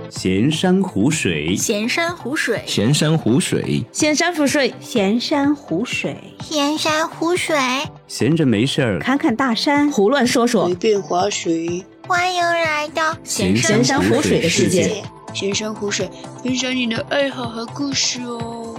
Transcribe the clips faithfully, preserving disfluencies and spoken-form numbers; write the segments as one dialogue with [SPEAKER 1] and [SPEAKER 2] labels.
[SPEAKER 1] 闲山湖水，
[SPEAKER 2] 闲山湖水，
[SPEAKER 3] 闲山湖水，
[SPEAKER 4] 闲山湖水，
[SPEAKER 5] 闲山湖水，
[SPEAKER 2] 闲山湖水。
[SPEAKER 1] 闲着没事儿，
[SPEAKER 5] 侃侃大山，
[SPEAKER 4] 胡乱说说，
[SPEAKER 6] 随便划水。
[SPEAKER 2] 欢迎来到
[SPEAKER 1] 闲
[SPEAKER 4] 闲山湖水的世界。
[SPEAKER 6] 闲山湖水，分享你的爱好和故事哦。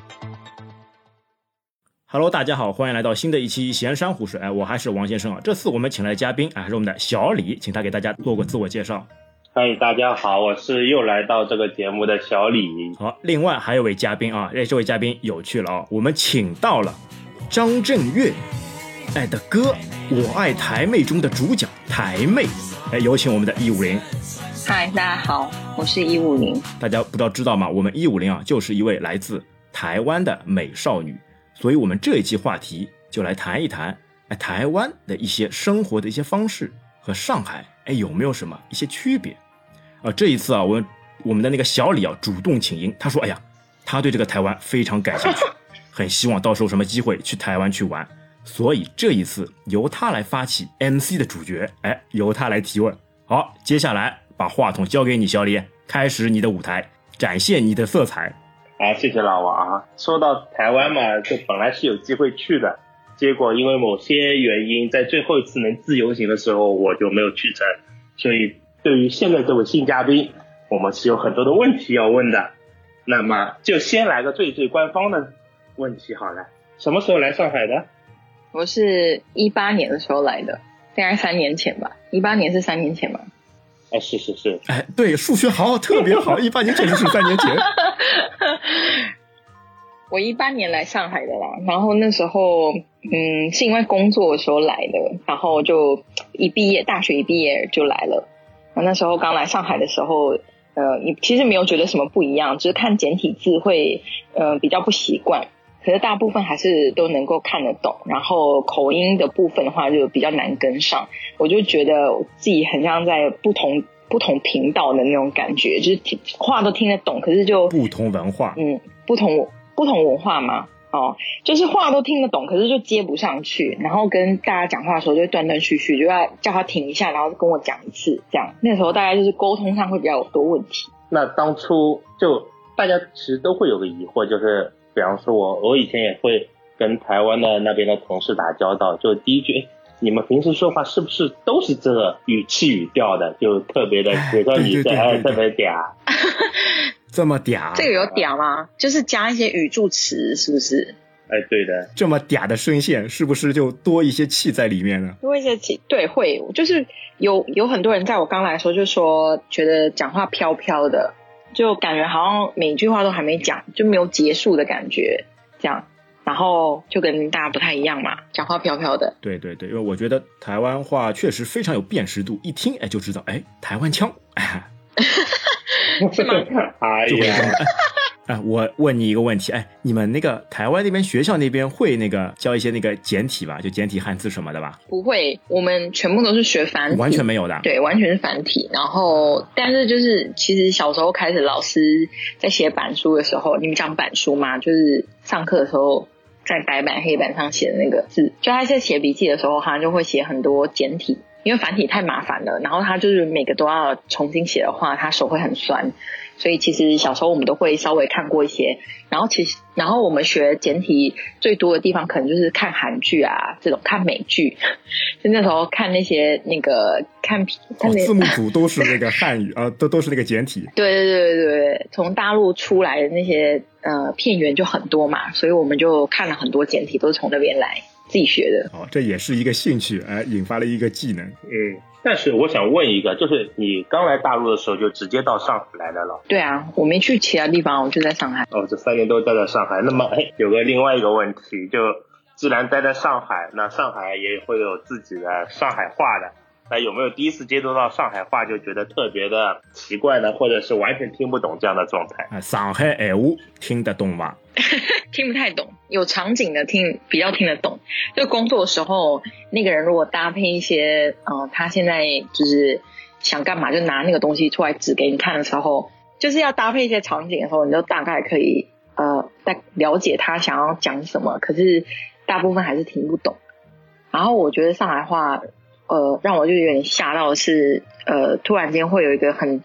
[SPEAKER 7] Hello， 大家好，欢迎来到新的一期闲山湖水。哎，我还是王先生啊。这次我们请来的嘉宾啊，还是我们的小李，请他给大家做个自我介绍。
[SPEAKER 8] 嗨，大家好，我是又来到这个节目的小李。
[SPEAKER 7] 好，另外还有位嘉宾啊，这位嘉宾有趣了啊，我们请到了张震岳哎的歌《我爱台妹》中的主角台妹。哎，有请我们的一五零。
[SPEAKER 9] 嗨，大家好，我是一五零。
[SPEAKER 7] 大家不知道知道吗？我们一五零啊，就是一位来自台湾的美少女。所以我们这一期话题就来谈一谈哎台湾的一些生活的一些方式和上海哎有没有什么一些区别啊？这一次啊，我们我们的那个小李啊主动请缨，他说哎呀，他对这个台湾非常感兴趣，很希望到时候什么机会去台湾去玩。所以这一次由他来发起 M C 的主角，哎，由他来提问。好，接下来把话筒交给你，小李，开始你的舞台，展现你的色彩。
[SPEAKER 8] 啊，谢谢老王啊。说到台湾嘛，就本来是有机会去的，结果因为某些原因，在最后一次能自由行的时候，我就没有去成。所以对于现在这位新嘉宾，我们是有很多的问题要问的。那么就先来个最最官方的问题好了，什么时候来上海的？
[SPEAKER 9] 我是一八年的时候来的，大概三年前吧。一八年是三年前吧？
[SPEAKER 8] 哎，是是是，
[SPEAKER 7] 哎，对，数学好，特别好。一八年确实是三年前。
[SPEAKER 9] 我一八年来上海的啦，然后那时候，嗯，是因为工作的时候来的，然后就一毕业，大学一毕业就来了。那时候刚来上海的时候，呃，其实没有觉得什么不一样，只是看简体字会，呃，比较不习惯。可是大部分还是都能够看得懂，然后口音的部分的话就比较难跟上。我就觉得我自己很像在不同不同频道的那种感觉，就是话都听得懂，可是就
[SPEAKER 7] 不同文化，
[SPEAKER 9] 嗯，不同不同文化嘛，哦，就是话都听得懂，可是就接不上去，然后跟大家讲话的时候就会断断续续，就要叫他停一下，然后跟我讲一次，这样。那时候大概就是沟通上会比较有多问题。
[SPEAKER 8] 那当初就大家其实都会有个疑惑，就是比方说我我以前也会跟台湾的那边的同事打交道，就第一句，你们平时说话是不是都是这个语气语调的，就特别的，比如说你这哎特别嗲，
[SPEAKER 7] 这么嗲，
[SPEAKER 9] 这个有嗲吗？就是加一些语助词，是不是？
[SPEAKER 8] 哎，对的，
[SPEAKER 7] 这么嗲的声线，是不是就多一些气在里面呢？
[SPEAKER 9] 多一些气，对，会，就是有有很多人在我刚来的时候就说，觉得讲话飘飘的。就感觉好像每句话都还没讲，就没有结束的感觉，这样，然后就跟大家不太一样嘛，讲话飘飘的。
[SPEAKER 7] 对对对，因为我觉得台湾话确实非常有辨识度，一听哎就知道，哎，台湾腔，哎，
[SPEAKER 9] 是吗？
[SPEAKER 8] 哎呀，
[SPEAKER 7] 哎，我问你一个问题，哎，你们那个台湾那边学校那边会那个教一些那个简体吧，就简体汉字什么的吧？
[SPEAKER 9] 不会，我们全部都是学繁体，
[SPEAKER 7] 完全没有的。
[SPEAKER 9] 对，完全是繁体。然后，但是就是其实小时候开始，老师在写板书的时候，你们讲板书吗？就是上课的时候在白板黑板上写的那个字，就他在写笔记的时候，他就会写很多简体，因为繁体太麻烦了，然后他就是每个都要重新写的话，他手会很酸。所以其实小时候我们都会稍微看过一些，然后其实然后我们学简体最多的地方可能就是看韩剧啊，这种看美剧，就那时候看那些那个看看、那個
[SPEAKER 7] 哦、字幕组都是那个汉语啊，都都是那个简体。
[SPEAKER 9] 对对对对对，从大陆出来的那些呃片源就很多嘛，所以我们就看了很多简体，都是从那边来自己学的。
[SPEAKER 7] 哦，这也是一个兴趣，哎，引发了一个技能。
[SPEAKER 8] 嗯。但是我想问一个，就是你刚来大陆的时候就直接到上海来的了？
[SPEAKER 9] 对啊，我没去其他地方，我就在上海。
[SPEAKER 8] 哦，这三年都待在上海。那么，哎，有个另外一个问题，就既然待在上海，那上海也会有自己的上海话的。那有没有第一次接触到上海话就觉得特别的奇怪呢，或者是完全听不懂这样的状态？
[SPEAKER 7] 啊，上海闲话听得懂吗？
[SPEAKER 9] 听不太懂，有场景的听比较听得懂。就工作的时候，那个人如果搭配一些，呃，他现在就是想干嘛，就拿那个东西出来指给你看的时候，就是要搭配一些场景的时候，你就大概可以呃在了解他想要讲什么，可是大部分还是听不懂。然后我觉得上海话，呃，让我就有点吓到的是，呃，突然间会有一个很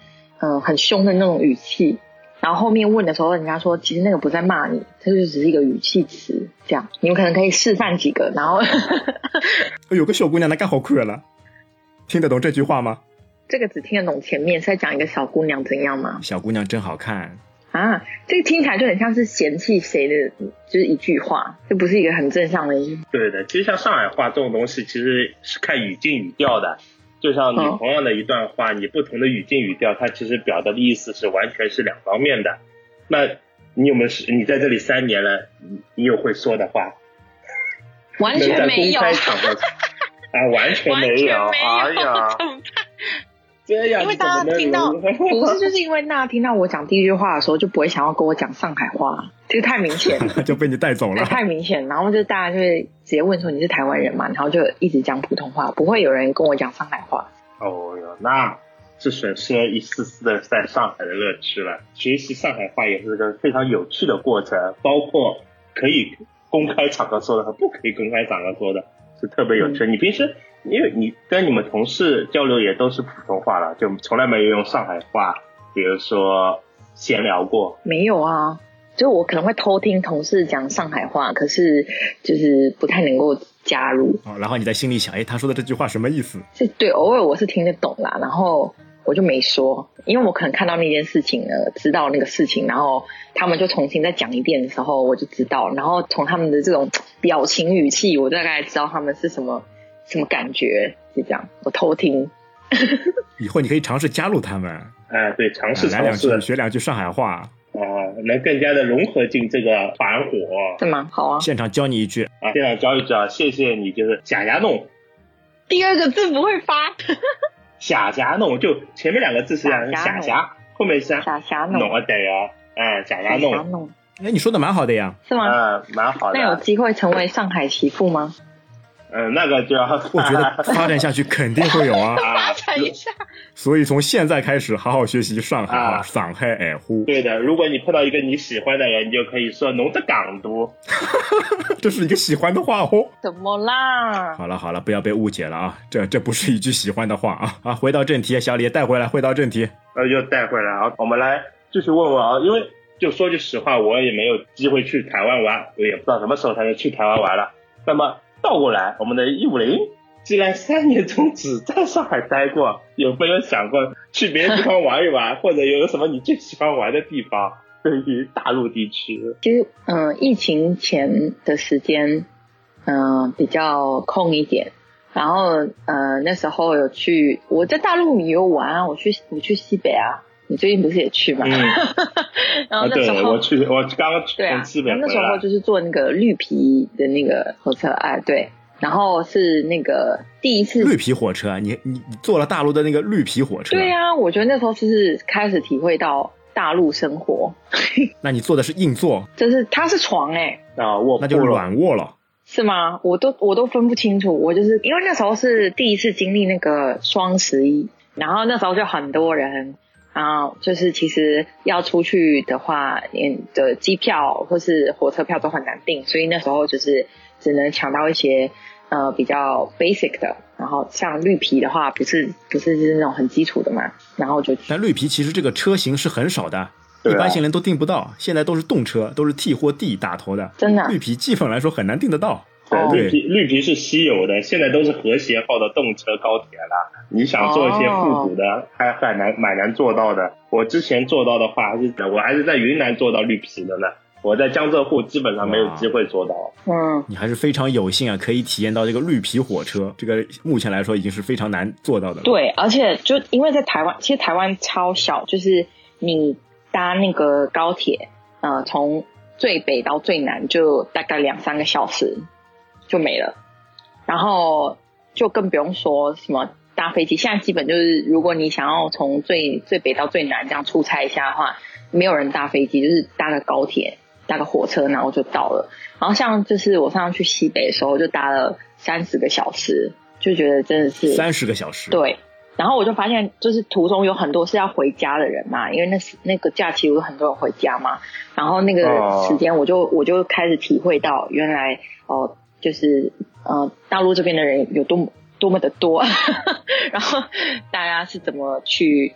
[SPEAKER 9] 嗯、呃、很凶的那种语气，然后后面问的时候，人家说其实那个不在骂你，它就只是一个语气词，这样你们可能可以示范几个，然后
[SPEAKER 7] 有个小姑娘那干好看了，听得懂这句话吗？
[SPEAKER 9] 这个只听得懂前面是在讲一个小姑娘怎样吗？
[SPEAKER 7] 小姑娘真好看
[SPEAKER 9] 啊，这个听起来就很像是嫌弃谁的，就是一句话，这不是一个很正向的一句。
[SPEAKER 8] 对的，其实像上海话这种东西，其实是看语境语调的。就像你同样的一段话，你不同的语境语调，它其实表达的意思是完全是两方面的。那你有没有你在这里三年了，你你有会说的话？
[SPEAKER 9] 完全没有。
[SPEAKER 8] 能在公开场合啊，完全没有。哎呀，这样
[SPEAKER 9] 因为大家听到不是就是因为大家听到我讲第一句话的时候，就不会想要跟我讲上海话，这个太明显了，
[SPEAKER 7] 就被你带走了，
[SPEAKER 9] 太明显。然后就大家就会直接问说你是台湾人嘛，然后就一直讲普通话，不会有人跟我讲上海话。
[SPEAKER 8] 哦哟，那是损失了一丝丝的在上海的乐趣了。学习上海话也是个非常有趣的过程，包括可以公开场合说的和不可以公开场合说的，是特别有趣。嗯、你平时因为你跟你们同事交流也都是普通话了，就从来没有用上海话，比如说闲聊过。
[SPEAKER 9] 没有啊，就我可能会偷听同事讲上海话，可是就是不太能够加入。
[SPEAKER 7] 哦，然后你在心里想，哎，他说的这句话什么意思？
[SPEAKER 9] 是对，偶尔我是听得懂啦，然后我就没说，因为我可能看到那件事情呢，知道那个事情，然后他们就重新再讲一遍的时候，我就知道，然后从他们的这种表情语气，我大概知道他们是什么什么感觉，就这样，我偷听。
[SPEAKER 7] 以后你可以尝试加入他们，
[SPEAKER 8] 哎、呃，对，尝试
[SPEAKER 7] 来两句，学两句上海话，
[SPEAKER 8] 啊、呃，能更加的融合进这个团伙，
[SPEAKER 9] 是吗？好啊，
[SPEAKER 7] 现场教你一句
[SPEAKER 8] 啊，现场教一句啊，谢谢你，就是假牙弄，
[SPEAKER 9] 第二个字不会发，
[SPEAKER 8] 假牙弄，就前面两个字是假牙，后面是
[SPEAKER 9] 假牙弄，
[SPEAKER 8] 弄啊对啊，哎，假牙弄，
[SPEAKER 7] 哎，你说的蛮好的呀，
[SPEAKER 9] 是吗？
[SPEAKER 8] 嗯，蛮好的。
[SPEAKER 9] 那有机会成为上海媳妇吗？
[SPEAKER 8] 嗯，那个就要，
[SPEAKER 7] 我觉得发展下去肯定会有啊。
[SPEAKER 9] 发展一下。
[SPEAKER 7] 所以从现在开始好好学习上海话，上海爱话。
[SPEAKER 8] 对的，如果你碰到一个你喜欢的人，你就可以说侬的港都。
[SPEAKER 7] 这是一个喜欢的话哦。
[SPEAKER 9] 怎么啦？
[SPEAKER 7] 好了好了，不要被误解了啊，这这不是一句喜欢的话啊啊！回到正题，小李带回来，回到正题。
[SPEAKER 8] 呃，又带回来啊，我们来继续问问啊，因为就说句实话，我也没有机会去台湾玩，我也不知道什么时候才能去台湾玩了。那么倒过来，我们的一五零既然三年中只在上海待过，有没有想过去别的地方玩一玩，或者有什么你最喜欢玩的地方？对于大陆地区，
[SPEAKER 9] 其实嗯、呃，疫情前的时间，嗯、呃，比较空一点。然后呃，那时候有去我在大陆也有玩啊，我去我去西北啊。你最近不是也去吗？嗯、然后那时候、
[SPEAKER 8] 啊、对，我去，我刚刚从西北回来。
[SPEAKER 9] 那时候就是坐那个绿皮的那个火车，哎，对，然后是那个第一次
[SPEAKER 7] 绿皮火车，你你你坐了大陆的那个绿皮火车？
[SPEAKER 9] 对啊，我觉得那时候就是开始体会到大陆生活。
[SPEAKER 7] 那你坐的是硬座？
[SPEAKER 9] 就是它是床哎、
[SPEAKER 8] 欸，啊卧
[SPEAKER 7] 那就软卧了。
[SPEAKER 9] 是吗？我都我都分不清楚，我就是因为那时候是第一次经历那个双十一，然后那时候就很多人。然后就是其实要出去的话，你的机票或是火车票都很难订，所以那时候就是只能抢到一些呃比较 basic 的。然后像绿皮的话，不是不是就是那种很基础的嘛，然后就
[SPEAKER 7] 但绿皮其实这个车型是很少的，啊、一般行人都订不到，现在都是动车，都是 T 或 D 打头的，
[SPEAKER 9] 真的、啊、
[SPEAKER 7] 绿皮基本来说很难订得到。
[SPEAKER 8] 对，绿皮绿皮是稀有的，现在都是和谐号的动车高铁了。你想做一些复古的，哦、还很难，蛮难做到的。我之前做到的话，还是我还是在云南做到绿皮的呢。我在江浙沪基本上没有机会做到。
[SPEAKER 9] 嗯，
[SPEAKER 7] 你还是非常有幸啊，可以体验到这个绿皮火车，这个目前来说已经是非常难做到的了。
[SPEAKER 9] 对，而且就因为在台湾，其实台湾超小，就是你搭那个高铁，呃，从最北到最南就大概两三个小时。就没了，然后就更不用说什么搭飞机。现在基本就是，如果你想要从最最北到最南这样出差一下的话，没有人搭飞机，就是搭个高铁、搭个火车，然后就到了。然后像就是我上次去西北的时候，就搭了三十个小时，就觉得真的是
[SPEAKER 7] 三十个小时。
[SPEAKER 9] 对，然后我就发现，就是途中有很多是要回家的人嘛，因为那那个假期有很多人回家嘛。然后那个时间，我就、哦、我就开始体会到，原来哦。就是呃，大陆这边的人有多么多么的多，然后大家是怎么去，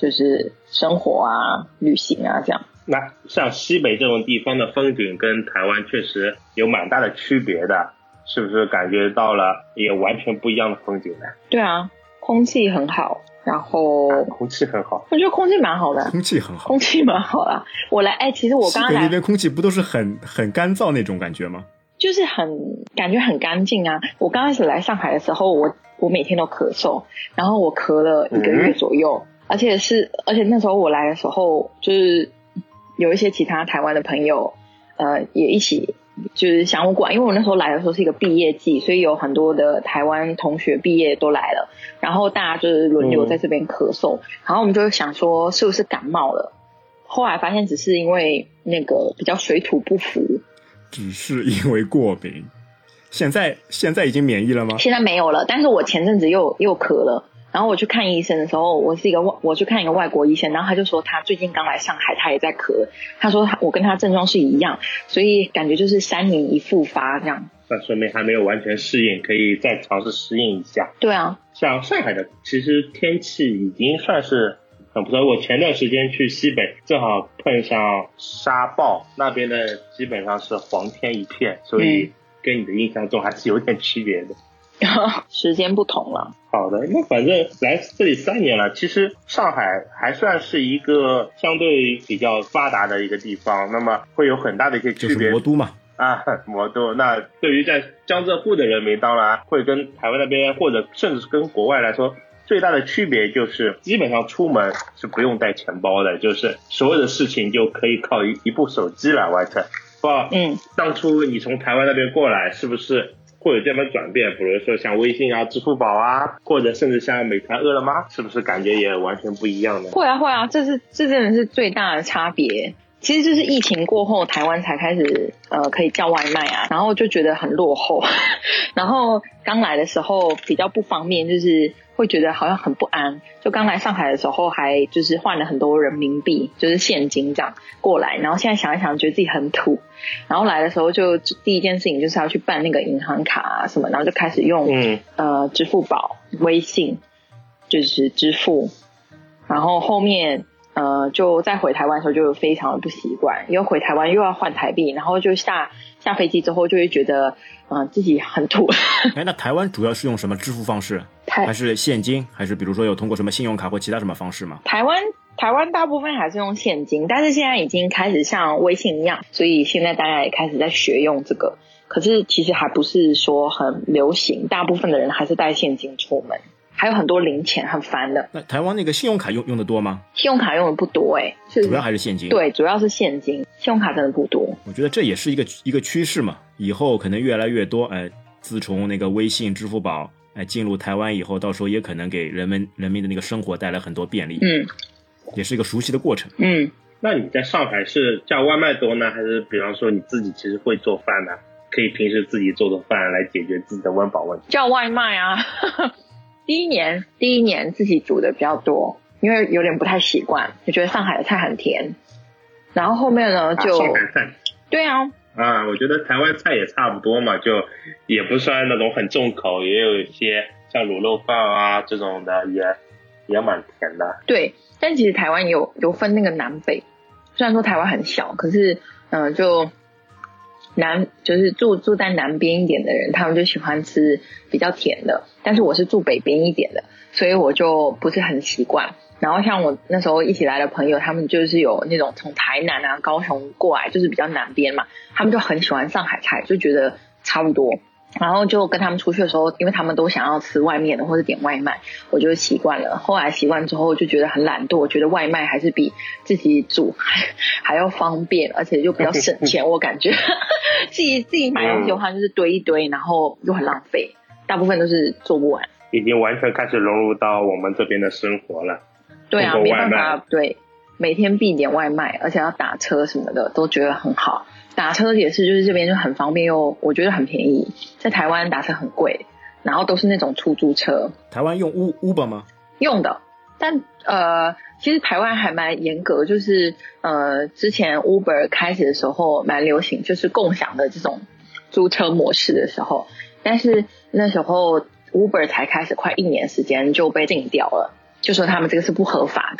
[SPEAKER 9] 就是生活啊、旅行啊这样。
[SPEAKER 8] 那像西北这种地方的风景跟台湾确实有蛮大的区别的，是不是感觉到了也完全不一样的风景呢？
[SPEAKER 9] 对啊，空气很好，然后、
[SPEAKER 8] 啊、空气很好，
[SPEAKER 9] 我觉得空气蛮好的，
[SPEAKER 7] 空气很好，
[SPEAKER 9] 空气蛮好的。我来，哎，其实我刚刚来
[SPEAKER 7] 西北那边空气不都是很很干燥那种感觉吗？
[SPEAKER 9] 就是很感觉很干净啊。我刚开始来上海的时候，我我每天都咳嗽，然后我咳了一个月左右，嗯、而且是而且那时候我来的时候，就是有一些其他台湾的朋友，呃，也一起就是想我管，因为我那时候来的时候是一个毕业季，所以有很多的台湾同学毕业都来了，然后大家就是轮流在这边咳嗽，嗯、然后我们就想说是不是感冒了，后来发现只是因为那个比较水土不服。
[SPEAKER 7] 只是因为过敏，现在现在已经免疫了吗？
[SPEAKER 9] 现在没有了，但是我前阵子又又咳了，然后我去看医生的时候，我是一个我去看一个外国医生，然后他就说他最近刚来上海，他也在咳，他说他我跟他症状是一样，所以感觉就是三年一复发这样。
[SPEAKER 8] 那说明还没有完全适应，可以再尝试适应一下。
[SPEAKER 9] 对啊，
[SPEAKER 8] 像上海的其实天气已经算是很不错，我前段时间去西北，正好碰上沙暴，那边的基本上是黄天一片，所以跟你的印象中还是有点区别的。
[SPEAKER 9] 嗯、时间不同了。
[SPEAKER 8] 好的，那反正来这里三年了，其实上海还算是一个相对比较发达的一个地方，那么会有很大的一些区别。
[SPEAKER 7] 就是魔都嘛。
[SPEAKER 8] 啊，魔都。那对于在江浙沪的人民，当然会跟台湾那边或者甚至是跟国外来说，最大的区别就是基本上出门是不用带钱包的，就是所有的事情就可以靠一一部手机来完成。哇，嗯，当初你从台湾那边过来，是不是会有这么转变？比如说像微信啊、支付宝啊，或者甚至像美团、饿了么，是不是感觉也完全不一样呢？
[SPEAKER 9] 会啊，会啊，这是这真的是最大的差别。其实就是疫情过后，台湾才开始呃可以叫外卖啊，然后就觉得很落后。然后刚来的时候比较不方便，就是会觉得好像很不安。就刚来上海的时候，还就是换了很多人民币，就是现金这样过来。然后现在想一想，觉得自己很土。然后来的时候就第一件事情就是要去办那个银行卡啊什么，然后就开始用、嗯、呃支付宝、微信就是支付，然后后面。呃，就在回台湾的时候就非常的不习惯，因为回台湾又要换台币，然后就下下飞机之后就会觉得，嗯、呃，自己很土。
[SPEAKER 7] 哎，那台湾主要是用什么支付方式？还是现金？还是比如说有通过什么信用卡或其他什么方式吗？
[SPEAKER 9] 台湾台湾大部分还是用现金，但是现在已经开始像微信一样，所以现在大家也开始在学用这个。可是其实还不是说很流行，大部分的人还是带现金出门。还有很多零钱很烦的。
[SPEAKER 7] 那台湾那个信用卡用用的多吗？
[SPEAKER 9] 信用卡用的不多哎、欸，
[SPEAKER 7] 主要还是现金。
[SPEAKER 9] 对，主要是现金，信用卡真的不多。
[SPEAKER 7] 我觉得这也是一个一个趋势嘛，以后可能越来越多。哎，自从那个微信、支付宝哎进入台湾以后，到时候也可能给人们人民的那个生活带来很多便利。嗯，也是一个熟悉的过程。
[SPEAKER 9] 嗯，
[SPEAKER 8] 那你在上海是叫外卖多呢，还是比方说你自己其实会做饭呢？可以平时自己做做饭来解决自己的温饱问题？
[SPEAKER 9] 叫外卖啊。第一年第一年自己煮的比较多，因为有点不太习惯，就觉得上海的菜很甜。然后后面呢就、
[SPEAKER 8] 啊、上海菜对
[SPEAKER 9] 啊
[SPEAKER 8] 啊，我觉得台湾菜也差不多嘛，就也不算那种很重口，也有一些像卤肉饭啊这种的也也蛮甜的。
[SPEAKER 9] 对，但其实台湾有有分那个南北，虽然说台湾很小，可是嗯、呃、就南就是住住在南边一点的人，他们就喜欢吃比较甜的，但是我是住北边一点的，所以我就不是很习惯。然后像我那时候一起来的朋友，他们就是有那种从台南啊、高雄过来，就是比较南边嘛，他们就很喜欢上海菜，就觉得差不多。然后就跟他们出去的时候，因为他们都想要吃外面的或者点外卖，我就习惯了。后来习惯之后就觉得很懒惰，我觉得外卖还是比自己煮还还要方便，而且就比较省钱。我感觉自己自己买东西的话就是堆一堆，然后又很浪费，大部分都是做不完。
[SPEAKER 8] 已经完全开始融入到我们这边的生活了。
[SPEAKER 9] 对啊，没办法，对，每天必点外卖，而且要打车什么的，都觉得很好。打车也是，就是这边就很方便又我觉得很便宜。在台湾打车很贵，然后都是那种出租车。
[SPEAKER 7] 台湾用 Uber 吗？
[SPEAKER 9] 用的，但呃，其实台湾还蛮严格，就是呃，之前 Uber 开始的时候蛮流行，就是共享的这种租车模式的时候，但是那时候 Uber 才开始快一年时间就被禁掉了，就说他们这个是不合法的。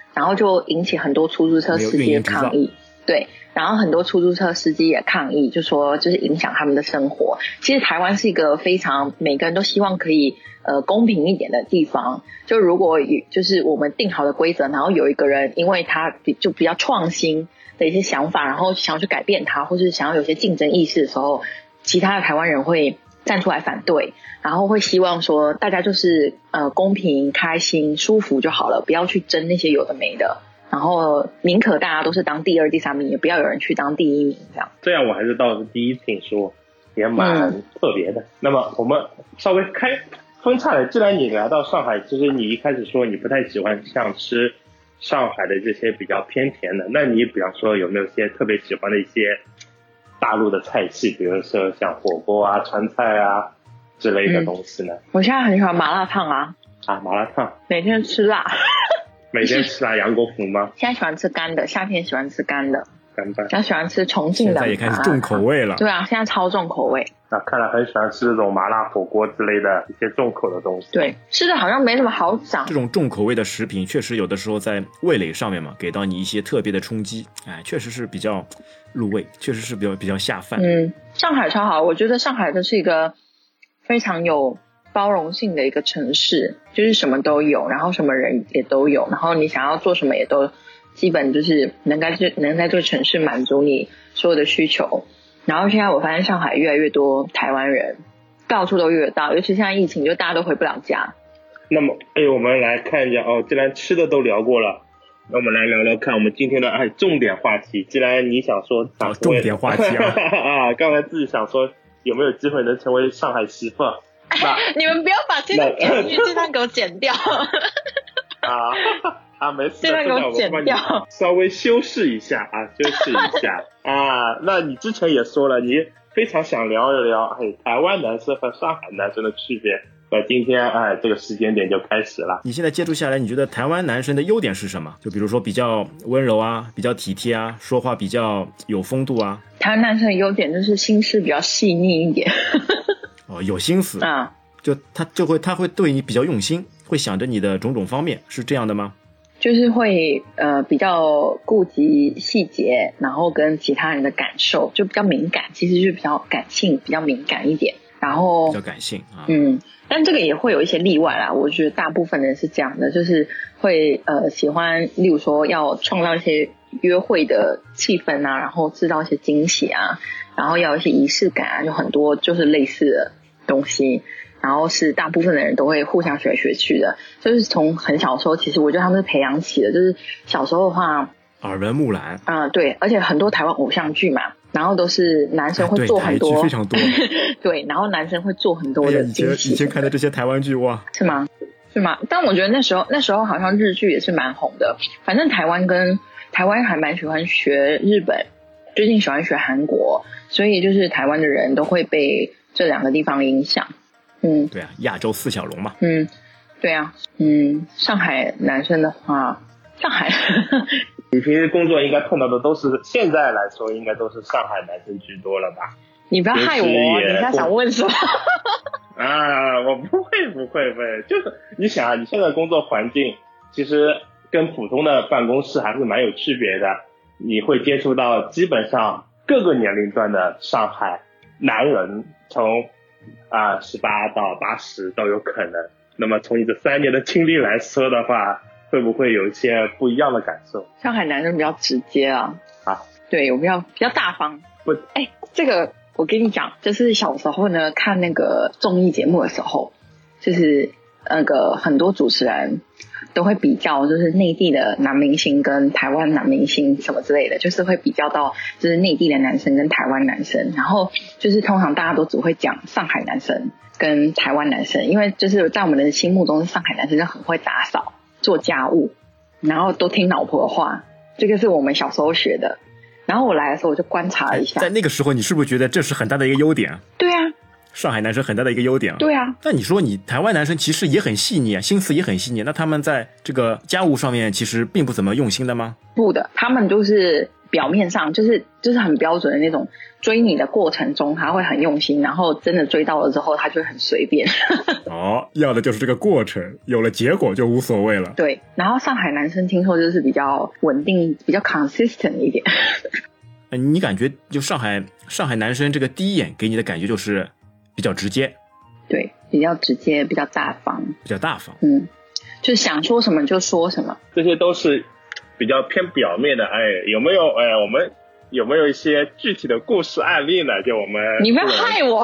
[SPEAKER 9] 然后就引起很多出租车司机的抗议。对，然后很多出租车司机也抗议，就说就是影响他们的生活。其实台湾是一个非常每个人都希望可以呃公平一点的地方。就如果就是我们定好的规则，然后有一个人因为他比就比较创新的一些想法，然后想要去改变它，或是想要有些竞争意识的时候，其他的台湾人会站出来反对，然后会希望说大家就是呃公平、开心、舒服就好了，不要去争那些有的没的。然后宁可大家都是当第二、第三名，也不要有人去当第一名，这样。
[SPEAKER 8] 这样我还是倒是第一听说，也蛮特别的。嗯、那么我们稍微开分叉了，既然你来到上海，其实你一开始说你不太喜欢像吃上海的这些比较偏甜的，那你比方说有没有些特别喜欢的一些大陆的菜系，比如说像火锅啊、川菜啊之类的东西呢？
[SPEAKER 9] 嗯、我现在很喜欢麻辣烫啊。
[SPEAKER 8] 啊，麻辣烫，
[SPEAKER 9] 每天吃辣。
[SPEAKER 8] 每天吃啊，杨国福吗？
[SPEAKER 9] 现在喜欢吃干的，夏天喜欢吃干的，
[SPEAKER 8] 干拌。
[SPEAKER 9] 现在喜欢吃重庆的，
[SPEAKER 7] 现在也开始重口味了。
[SPEAKER 9] 对啊，现在超重口味。
[SPEAKER 8] 啊，看来很喜欢吃这种麻辣火锅之类的一些重口的东西。
[SPEAKER 9] 对，吃的好像没什么好讲。
[SPEAKER 7] 这种重口味的食品，确实有的时候在味蕾上面嘛，给到你一些特别的冲击，哎，确实是比较入味，确实是比较比较下饭。
[SPEAKER 9] 嗯，上海超好，我觉得上海的是一个非常有包容性的一个城市，就是什么都有，然后什么人也都有，然后你想要做什么也都基本就是能在这能在这个城市满足你所有的需求。然后现在我发现上海越来越多台湾人，到处都遇得到，尤其现在疫情，就大家都回不了家。
[SPEAKER 8] 那么，哎，我们来看一下哦，既然吃的都聊过了，那我们来聊聊看我们今天的哎重点话题。既然你想说
[SPEAKER 7] 哦，重点话题啊，
[SPEAKER 8] 啊，刚才自己想说有没有机会能成为上海媳妇？
[SPEAKER 9] 你们不要把这段给这段给我剪掉
[SPEAKER 8] 啊啊，没事，
[SPEAKER 9] 这段给我剪掉，
[SPEAKER 8] 稍微修饰一下啊，修饰一下啊。那你之前也说了，你非常想聊一聊哎台湾男生和上海男生的区别。那今天哎这个时间点就开始了。
[SPEAKER 7] 你现在接触下来，你觉得台湾男生的优点是什么？就比如说比较温柔啊，比较体贴啊，说话比较有风度啊。
[SPEAKER 9] 台湾男生的优点就是心思比较细腻一点。
[SPEAKER 7] 哦，有心思
[SPEAKER 9] 啊，
[SPEAKER 7] 就他就会他会对你比较用心，会想着你的种种方面，是这样的吗？
[SPEAKER 9] 就是会呃比较顾及细节，然后跟其他人的感受就比较敏感，其实就比较感性，比较敏感一点。然后
[SPEAKER 7] 比较感性啊，
[SPEAKER 9] 嗯，但这个也会有一些例外啦。我觉得大部分人是这样的，就是会呃喜欢，例如说要创造一些约会的气氛啊，然后制造一些惊喜啊。然后要有一些仪式感啊，有很多就是类似的东西，然后是大部分的人都会互相学来学去的，就是从很小的时候，其实我觉得他们是培养起的，就是小时候的话，
[SPEAKER 7] 耳闻目染
[SPEAKER 9] 啊、呃，对，而且很多台湾偶像剧嘛，然后都是男生会做很多，
[SPEAKER 7] 对，台剧非常多，
[SPEAKER 9] 对，然后男生会做很多的惊喜、
[SPEAKER 7] 哎、以前以前看的这些台湾剧哇，
[SPEAKER 9] 是吗？是吗？但我觉得那时候那时候好像日剧也是蛮红的，反正台湾跟台湾还蛮喜欢学日本，最近喜欢学韩国。所以就是台湾的人都会被这两个地方影响，嗯，
[SPEAKER 7] 对啊，亚洲四小龙嘛，
[SPEAKER 9] 嗯，对啊，嗯，上海男生的话，上海，
[SPEAKER 8] 你平时工作应该碰到的都是，现在来说应该都是上海男生居多了吧？
[SPEAKER 9] 你不要害我，你现在想问什么？
[SPEAKER 8] 啊，我不会不会不会，就是你想啊，你现在工作环境其实跟普通的办公室还是蛮有区别的，你会接触到基本上各个年龄段的上海男人，从啊十八到八十都有可能。那么从你这三年的经历来说的话，会不会有一些不一样的感受？
[SPEAKER 9] 上海男生比较直接啊，
[SPEAKER 8] 啊，
[SPEAKER 9] 对，我比较比较大方。
[SPEAKER 8] 不，
[SPEAKER 9] 哎，这个我跟你讲，就是小时候呢看那个综艺节目的时候，就是那个很多主持人都会比较，就是内地的男明星跟台湾男明星什么之类的，就是会比较到就是内地的男生跟台湾男生，然后就是通常大家都只会讲上海男生跟台湾男生，因为就是在我们的心目中，上海男生就很会打扫、做家务，然后都听老婆的话，这个是我们小时候学的。然后我来的时候我就观察了一下，
[SPEAKER 7] 在那个时候你是不是觉得这是很大的一个优点？
[SPEAKER 9] 对啊，
[SPEAKER 7] 上海男生很大的一个优点。
[SPEAKER 9] 对啊，
[SPEAKER 7] 那你说你台湾男生其实也很细腻啊，心思也很细腻，那他们在这个家务上面其实并不怎么用心的吗？
[SPEAKER 9] 不的，他们就是表面上就是就是很标准的那种追你的过程中他会很用心，然后真的追到了之后他就会很随便
[SPEAKER 7] 哦，要的就是这个过程，有了结果就无所谓了。
[SPEAKER 9] 对，然后上海男生听说就是比较稳定，比较 consistent 一点
[SPEAKER 7] 你感觉就上海上海男生这个第一眼给你的感觉就是比较直接？
[SPEAKER 9] 对，比较直接，比较大方，
[SPEAKER 7] 比较大方。
[SPEAKER 9] 嗯，就想说什么就说什么。
[SPEAKER 8] 这些都是比较偏表面的。哎，有没有哎，我们有没有一些具体的故事案例呢？就我们
[SPEAKER 9] 你不要害我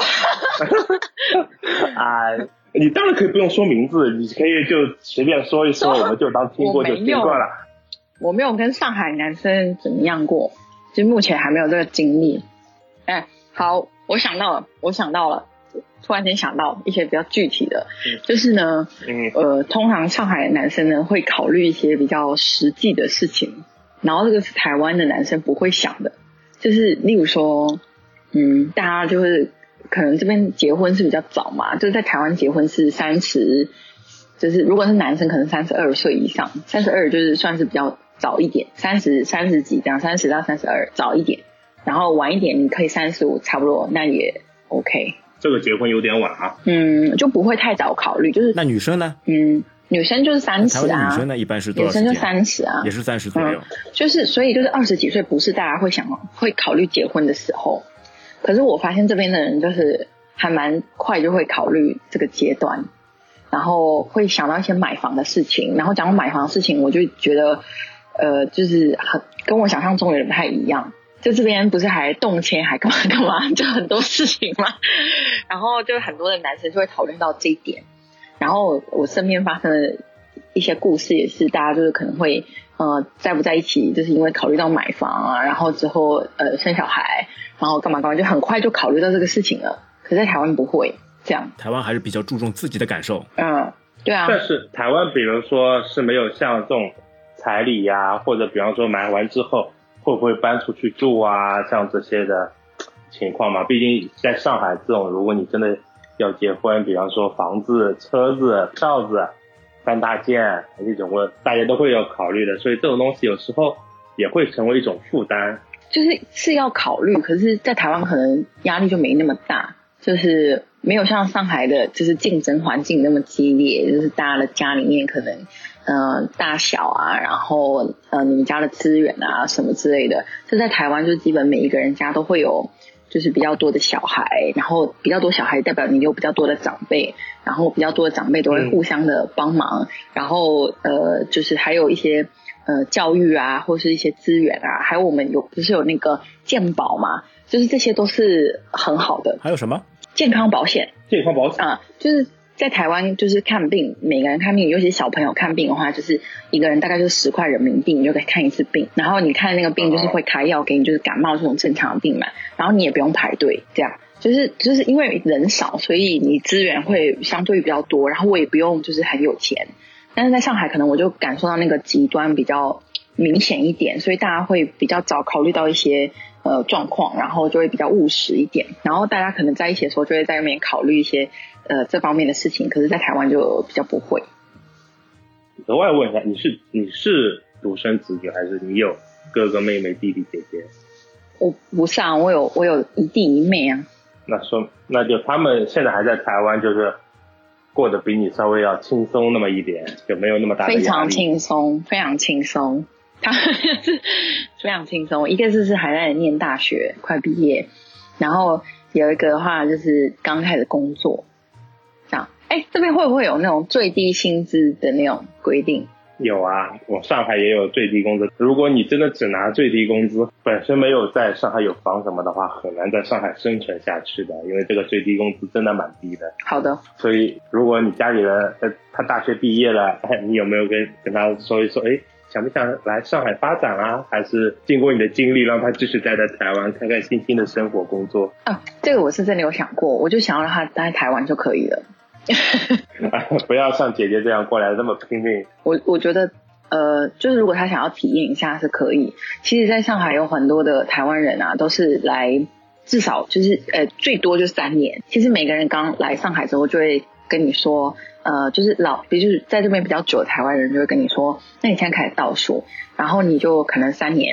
[SPEAKER 8] 啊！你当然可以不用说名字，你可以就随便说一说，我们就当听过就听过了。
[SPEAKER 9] 我没有跟上海男生怎么样过，就目前还没有这个经历。哎，好，我想到了，我想到了。突然间想到一些比较具体的，嗯、就是呢，嗯、呃，通常上海的男生呢会考虑一些比较实际的事情，然后这个是台湾的男生不会想的，就是例如说，嗯，大家就是可能这边结婚是比较早嘛，就是在台湾结婚是三十，就是如果是男生可能三十二岁以上，三十二就是算是比较早一点，三十三十几这样，三十到三十二早一点，然后晚一点你可以三十五差不多，那也 OK。
[SPEAKER 8] 这个结婚有点晚啊，
[SPEAKER 9] 嗯，就不会太早考虑，就是
[SPEAKER 7] 那女生呢？
[SPEAKER 9] 嗯，女生就是三十啊，
[SPEAKER 7] 台湾的女生呢一般是多少时间？
[SPEAKER 9] 女生就三十啊，
[SPEAKER 7] 也是三十左右、
[SPEAKER 9] 嗯。就是所以就是二十几岁不是大家会想会考虑结婚的时候，可是我发现这边的人就是还蛮快就会考虑这个阶段，然后会想到一些买房的事情，然后讲到买房的事情，我就觉得呃，就是很跟我想象中有点不太一样。就这边不是还动迁还干嘛干嘛，就很多事情嘛，然后就很多的男生就会讨论到这一点，然后我身边发生的一些故事也是，大家就是可能会呃在不在一起，就是因为考虑到买房啊，然后之后呃生小孩，然后干嘛干嘛，就很快就考虑到这个事情了。可是在台湾不会这样，
[SPEAKER 7] 台湾还是比较注重自己的感受。
[SPEAKER 9] 嗯，对啊。
[SPEAKER 8] 但是台湾比如说是没有像这种彩礼呀、啊，或者比方说买完之后会不会搬出去住啊，像这些的情况嘛？毕竟在上海这种，如果你真的要结婚，比方说房子、车子、票子三大件这种，大家都会有考虑的，所以这种东西有时候也会成为一种负担。
[SPEAKER 9] 就是是要考虑，可是在台湾可能压力就没那么大，就是没有像上海的就是竞争环境那么激烈，就是大家的家里面可能呃大小啊，然后呃你们家的资源啊什么之类的，就在台湾就基本每一个人家都会有就是比较多的小孩，然后比较多小孩代表你有比较多的长辈，然后比较多的长辈都会互相的帮忙、嗯、然后呃就是还有一些呃教育啊或是一些资源啊，还有我们有不是有那个健保嘛，就是这些都是很好的。
[SPEAKER 7] 还有什么
[SPEAKER 9] 健康保险？
[SPEAKER 8] 健康保险
[SPEAKER 9] 啊，就是在台湾就是看病，每个人看病，尤其是小朋友看病的话，就是一个人大概就是十块人民币，你就可以看一次病。然后你看那个病就是会开药给你，就是感冒这种正常的病嘛。然后你也不用排队，这样就是就是因为人少，所以你资源会相对比较多。然后我也不用就是很有钱，但是在上海可能我就感受到那个极端比较明显一点，所以大家会比较早考虑到一些呃状况，然后就会比较务实一点。然后大家可能在一起的时候就会在那边考虑一些呃这方面的事情，可是在台湾就比较不会。
[SPEAKER 8] 额外问一下，你是你是独生子女，还是你有哥哥妹妹弟弟姐姐？
[SPEAKER 9] 我不是啊，我有我有一弟一妹啊。
[SPEAKER 8] 那说那就他们现在还在台湾，就是过得比你稍微要轻松那么一点，就没有那么大的压力。
[SPEAKER 9] 非常轻松，非常轻松。他是非常轻松，一个是是还在念大学，快毕业，然后有一个的话就是刚开始工作，这样。哎，这边会不会有那种最低薪资的那种规定？
[SPEAKER 8] 有啊，我上海也有最低工资。如果你真的只拿最低工资，本身没有在上海有房什么的话，很难在上海生存下去的，因为这个最低工资真的蛮低的。
[SPEAKER 9] 好的。
[SPEAKER 8] 所以如果你家里人他大学毕业了，你有没有跟跟他说一说，哎，想不想来上海发展啊？还是经过你的经历，让他继续待在台湾，开开心心的生活工作？
[SPEAKER 9] 啊，这个我是真的有想过，我就想要让他待在台湾就可以了。
[SPEAKER 8] 不要像姐姐这样过来那么拼命。
[SPEAKER 9] 我我觉得呃，就是如果他想要体验一下是可以。其实在上海有很多的台湾人啊，都是来至少就是呃最多就三年。其实每个人刚来上海之后就会跟你说呃，就是老比如在这边比较久的台湾人就会跟你说，那你现在开始倒数，然后你就可能三年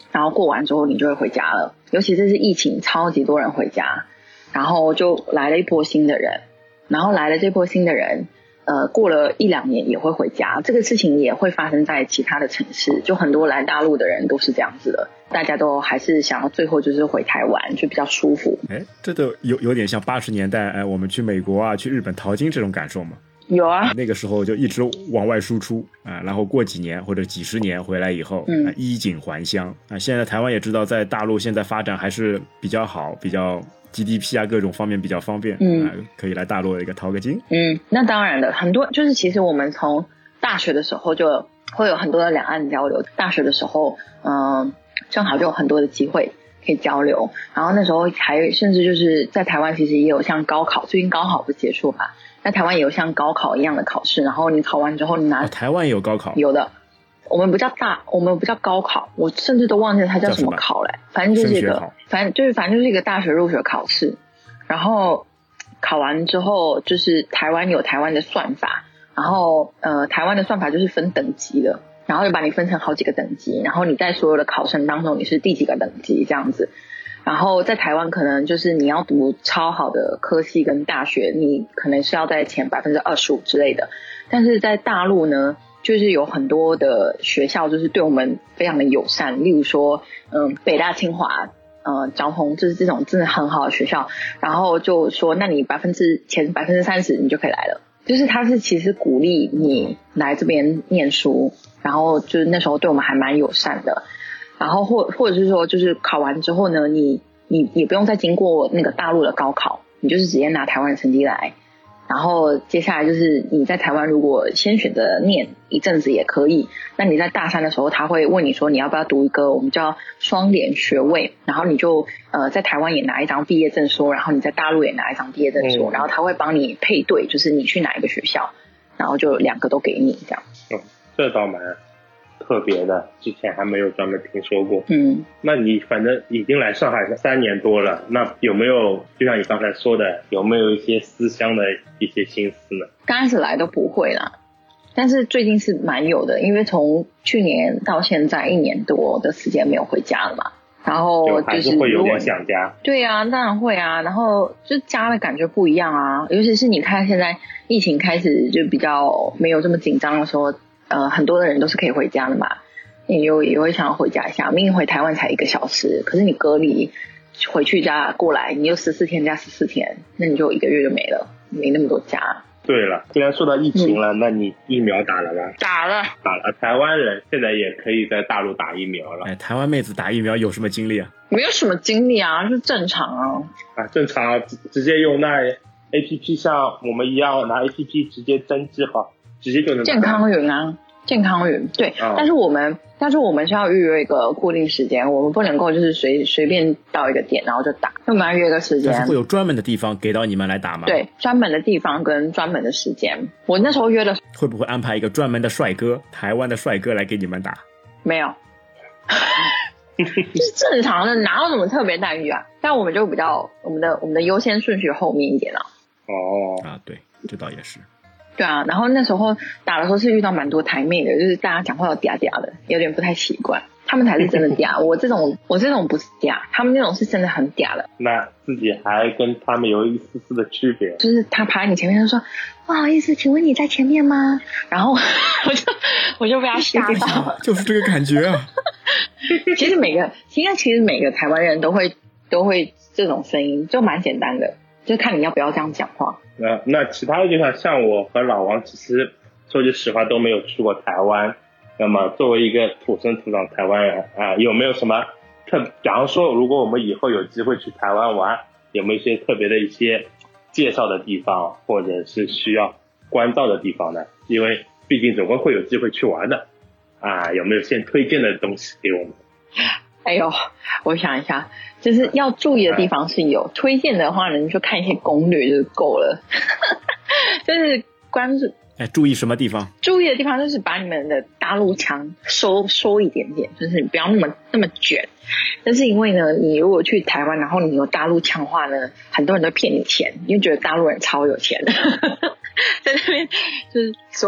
[SPEAKER 9] 然后过完之后你就会回家了。尤其这是疫情，超级多人回家，然后就来了一波新的人，然后来了这波新的人，呃，过了一两年也会回家。这个事情也会发生在其他的城市，就很多来大陆的人都是这样子的，大家都还是想要最后就是回台湾，就比较舒服。
[SPEAKER 7] 哎，这都有有点像八十年代，哎，我们去美国啊，去日本淘金这种感受嘛。
[SPEAKER 9] 有啊，
[SPEAKER 7] 那个时候就一直往外输出啊，然后过几年或者几十年回来以后，
[SPEAKER 9] 嗯
[SPEAKER 7] 啊、衣锦还乡啊。现在台湾也知道，在大陆现在发展还是比较好，比较 G D P 啊各种方面比较方便，
[SPEAKER 9] 嗯、
[SPEAKER 7] 啊，可以来大陆一个淘个金。
[SPEAKER 9] 嗯，那当然的，很多就是其实我们从大学的时候就会有很多的两岸交流，大学的时候，嗯、呃，正好就有很多的机会可以交流，然后那时候还甚至就是在台湾其实也有像高考，最近高考不是结束嘛？在台湾也有像高考一样的考试，然后你考完之后你拿、
[SPEAKER 7] 哦、台湾也有高考，
[SPEAKER 9] 有的，我们不叫大，我们不叫高考，我甚至都忘记它叫什么考了，反正就是一个，反正就是反正就是一个大学入学考试，然后考完之后就是台湾有台湾的算法，然后呃台湾的算法就是分等级的，然后就把你分成好几个等级，然后你在所有的考生当中你是第几个等级这样子。然后在台湾可能就是你要读超好的科系跟大学，你可能是要在前 百分之二十五 之类的，但是在大陆呢就是有很多的学校就是对我们非常的友善，例如说嗯北大清华呃交通就是这种真的很好的学校，然后就说那你百分之前 百分之三十 你就可以来了，就是他是其实鼓励你来这边念书，然后就是那时候对我们还蛮友善的。然后或或者是说就是考完之后呢，你你也不用再经过那个大陆的高考，你就是直接拿台湾的成绩来，然后接下来就是你在台湾如果先选择念一阵子也可以，那你在大三的时候他会问你说你要不要读一个我们叫双联学位，然后你就呃在台湾也拿一张毕业证书，然后你在大陆也拿一张毕业证书、嗯、然后他会帮你配对，就是你去哪一个学校，然后就两个都给你这样。
[SPEAKER 8] 嗯，这倒蛮特别的，之前还没有专门听说过。
[SPEAKER 9] 嗯，
[SPEAKER 8] 那你反正已经来上海三年多了，那有没有就像你刚才说的，有没有一些思乡的一些心思呢？
[SPEAKER 9] 刚开始来都不会啦，但是最近是蛮有的，因为从去年到现在一年多的时间没有回家了嘛，然后就是
[SPEAKER 8] 还是会有点想家。
[SPEAKER 9] 对啊，当然会啊，然后就家的感觉不一样啊，尤其是你看现在疫情开始就比较没有这么紧张的时候。呃，很多的人都是可以回家的嘛，你就也会想要回家一下。明明回台湾才一个小时，可是你隔离回去家过来，你就十四天加十四天，那你就一个月就没了，没那么多家。
[SPEAKER 8] 对了，既然说到疫情了、嗯、那你疫苗打了吗？
[SPEAKER 9] 打了
[SPEAKER 8] 打了。台湾人现在也可以在大陆打疫苗了。
[SPEAKER 7] 哎，台湾妹子打疫苗有什么经历啊？
[SPEAKER 9] 没有什么经历啊，就是正常啊。
[SPEAKER 8] 啊，正常啊，直直接用那 A P P 像我们一样拿 A P P 直接登记好，直接就能打。
[SPEAKER 9] 健康云啊，健康云对、哦，但是我们但是我们是要预约一个固定时间，我们不能够就是随随便到一个点然后就打，我们要约个时间。
[SPEAKER 7] 但是会有专门的地方给到你们来打吗？
[SPEAKER 9] 对，专门的地方跟专门的时间。我那时候约的
[SPEAKER 7] 会不会安排一个专门的帅哥，台湾的帅哥来给你们打？
[SPEAKER 9] 没有。就是正常的，哪有什么特别待遇啊？但我们就比较我们的我们的优先顺序后面一点啊。
[SPEAKER 8] 哦
[SPEAKER 7] 啊，对，这倒也是。
[SPEAKER 9] 对啊，然后那时候打的时候是遇到蛮多台妹的，就是大家讲话有嗲嗲的，有点不太习惯。他们才是真的嗲，我这种我这种不是嗲，他们那种是真的很嗲的。
[SPEAKER 8] 那自己还跟他们有一丝丝的区别，
[SPEAKER 9] 就是他爬在你前面，就说不好意思，请问你在前面吗？然后我就我就被他吓到了，
[SPEAKER 7] 就是这个感觉啊。
[SPEAKER 9] 其实每个应该其实每个台湾人都会都会这种声音，就蛮简单的，就看你要不要这样讲话。
[SPEAKER 8] 那那其他的就像像我和老王，其实说句实话都没有去过台湾。那么作为一个土生土长台湾人啊、呃，有没有什么特？假如说如果我们以后有机会去台湾玩，有没有一些特别的一些介绍的地方，或者是需要关照的地方呢？因为毕竟总归会有机会去玩的啊，有没有先推荐的东西给我们？
[SPEAKER 9] 哎呦，我想一下，就是要注意的地方是有，推荐的话呢，你就看一些攻略就够了。就是关注。
[SPEAKER 7] 哎，注意什么地方？
[SPEAKER 9] 注意的地方就是把你们的大陆腔收收一点点，就是你不要那么那么卷。但是因为呢，你如果去台湾，然后你有大陆腔话呢，很多人都骗你钱，因为觉得大陆人超有钱，在那边就是所有人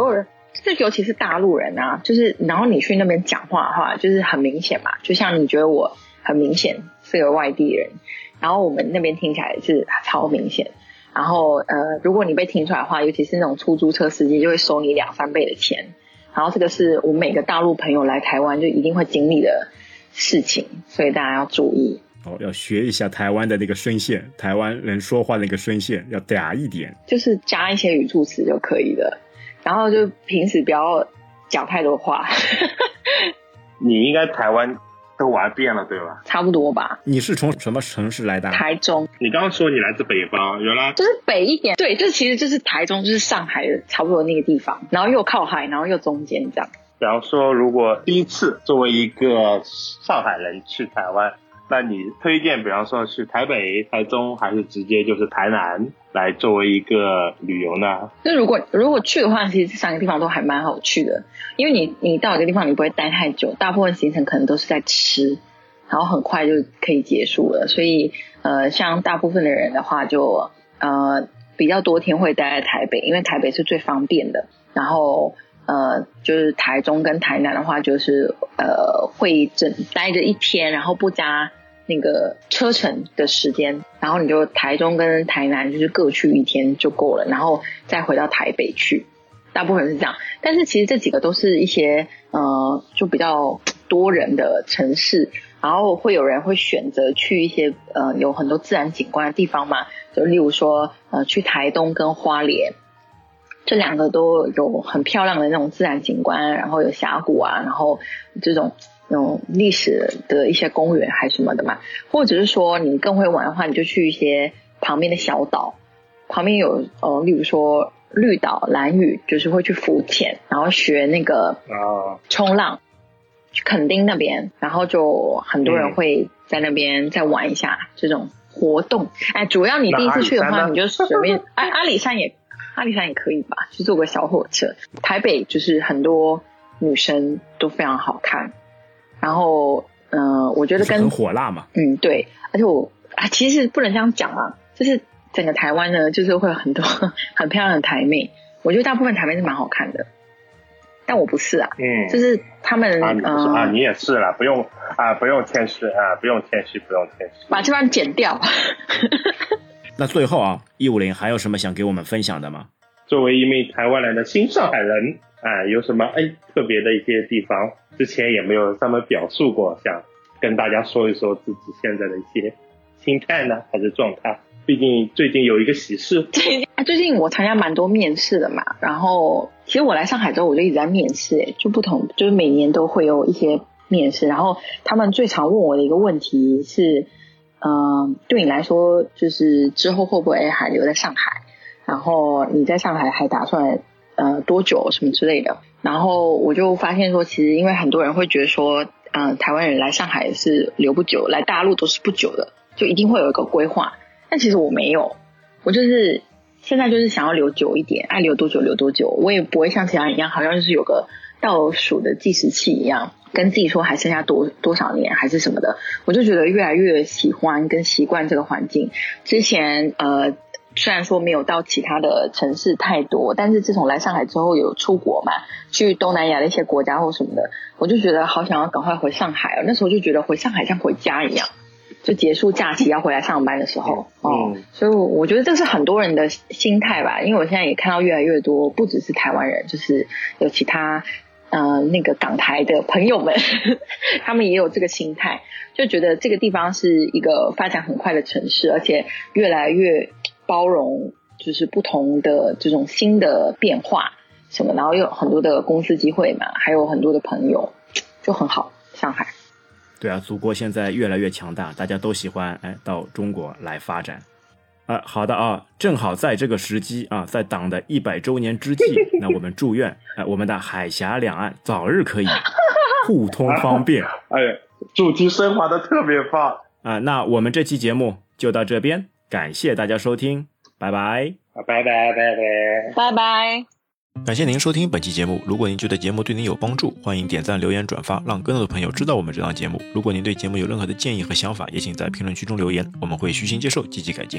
[SPEAKER 9] 就是尤其是大陆人啊，就是然后你去那边讲话的话，就是很明显嘛，就像你觉得我很明显是个外地人，然后我们那边听起来是超明显。然后呃，如果你被听出来的话，尤其是那种出租车司机就会收你两三倍的钱。然后这个是我每个大陆朋友来台湾就一定会经历的事情，所以大家要注意。
[SPEAKER 7] 哦，要学一下台湾的那个声线，台湾人说话的那个声线要嗲一点，
[SPEAKER 9] 就是加一些语助词就可以了。然后就平时不要讲太多话。
[SPEAKER 8] 你应该台湾都玩遍了对吧？
[SPEAKER 9] 差不多吧。
[SPEAKER 7] 你是从什么城市来的？
[SPEAKER 9] 台中。
[SPEAKER 8] 你刚刚说你来自北方，原来
[SPEAKER 9] 就是北一点，对，这其实就是台中，就是上海的差不多那个地方，然后又靠海，然后又中间这样。
[SPEAKER 8] 比方说，如果第一次作为一个上海人去台湾，那你推荐，比方说去台北、台中，还是直接就是台南来作为一个旅游呢？
[SPEAKER 9] 就如果如果去的话，其实这三个地方都还蛮好去的，因为你你到一个地方你不会待太久，大部分行程可能都是在吃，然后很快就可以结束了。所以呃，像大部分的人的话就，呃比较多天会待在台北，因为台北是最方便的。然后呃，就是台中跟台南的话，就是呃会整待着一天，然后不加那个车程的时间，然后你就台中跟台南就是各去一天就够了，然后再回到台北去，大部分是这样。但是其实这几个都是一些呃就比较多人的城市，然后会有人会选择去一些呃有很多自然景观的地方嘛，就例如说呃去台东跟花莲，这两个都有很漂亮的那种自然景观，然后有峡谷啊，然后这种那种历史的一些公园还是什么的嘛。或者是说你更会玩的话，你就去一些旁边的小岛，旁边有呃，例如说绿岛、兰屿，就是会去浮潜，然后学那个冲浪，去垦丁那边，然后就很多人会在那边再玩一下这种活动。哎，主要你第一次去的话，你就随便，哎，阿里山也阿里山也可以吧，去坐个小火车。台北就是很多女生都非常好看。然后，嗯、呃，我觉得跟
[SPEAKER 7] 很火辣嘛，
[SPEAKER 9] 嗯，对，而且我啊，其实不能这样讲啊，就是整个台湾呢，就是会有很多很漂亮的台妹，我觉得大部分台妹是蛮好看的，但我不是啊，
[SPEAKER 8] 嗯，
[SPEAKER 9] 就是他们
[SPEAKER 8] 啊，你不是、
[SPEAKER 9] 呃、
[SPEAKER 8] 啊，你也是啦，不用啊，不用谦虚啊，不用谦虚，不用谦虚，
[SPEAKER 9] 把这段剪掉。
[SPEAKER 7] 那最后啊，一五零还有什么想给我们分享的吗？
[SPEAKER 8] 作为一名台湾来的新上海人啊，有什么哎特别的一些地方？之前也没有这么表述过，想跟大家说一说自己现在的一些心态呢，还是状态？毕竟最近有一个喜事，
[SPEAKER 9] 最近我参加蛮多面试的嘛，然后其实我来上海之后我就一直在面试，哎，就不同，就是每年都会有一些面试，然后他们最常问我的一个问题是，嗯、呃，对你来说，就是之后会不会还留在上海？然后你在上海还打算呃多久什么之类的？然后我就发现说，其实因为很多人会觉得说，嗯、呃，台湾人来上海是留不久，来大陆都是不久的，就一定会有一个规划。但其实我没有，我就是现在就是想要留久一点，爱留多久留多久，我也不会像其他人一样，好像就是有个倒数的计时器一样，跟自己说还剩下多多少年还是什么的。我就觉得越来越喜欢跟习惯这个环境。之前呃。虽然说没有到其他的城市太多，但是自从来上海之后有出国嘛，去东南亚的一些国家或什么的，我就觉得好想要赶快回上海了。那时候就觉得回上海像回家一样，就结束假期要回来上班的时候，哦，
[SPEAKER 8] 嗯，
[SPEAKER 9] 所以我觉得这是很多人的心态吧。因为我现在也看到越来越多，不只是台湾人，就是有其他呃那个港台的朋友们，他们也有这个心态，就觉得这个地方是一个发展很快的城市，而且越来越包容就是不同的这种新的变化什么，然后又有很多的公司机会嘛，还有很多的朋友，就很好。上海，
[SPEAKER 7] 对啊，祖国现在越来越强大，大家都喜欢哎到中国来发展。啊，好的啊，正好在这个时机啊，在党的一百周年之际，那我们祝愿哎我们的海峡两岸早日可以互通方便。
[SPEAKER 8] 哎呀，主题升华的特别棒
[SPEAKER 7] 啊！那我们这期节目就到这边。感谢大家收听，拜拜，
[SPEAKER 8] 拜拜拜拜
[SPEAKER 9] 拜拜。
[SPEAKER 3] 感谢您收听本期节目。如果您觉得节目对您有帮助，欢迎点赞、留言、转发，让更多的朋友知道我们这档节目。如果您对节目有任何的建议和想法，也请在评论区中留言，我们会虚心接受，积极改进。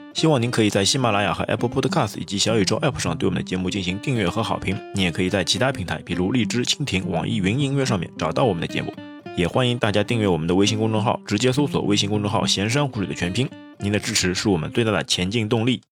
[SPEAKER 3] 希望您可以在喜马拉雅和 Apple Podcast 以及小宇宙 App 上对我们的节目进行订阅和好评。你也可以在其他平台，比如荔枝、蜻蜓、网易云音乐上面找到我们的节目。也欢迎大家订阅我们的微信公众号，直接搜索微信公众号闲山湖水的全拼。您的支持是我们最大的前进动力。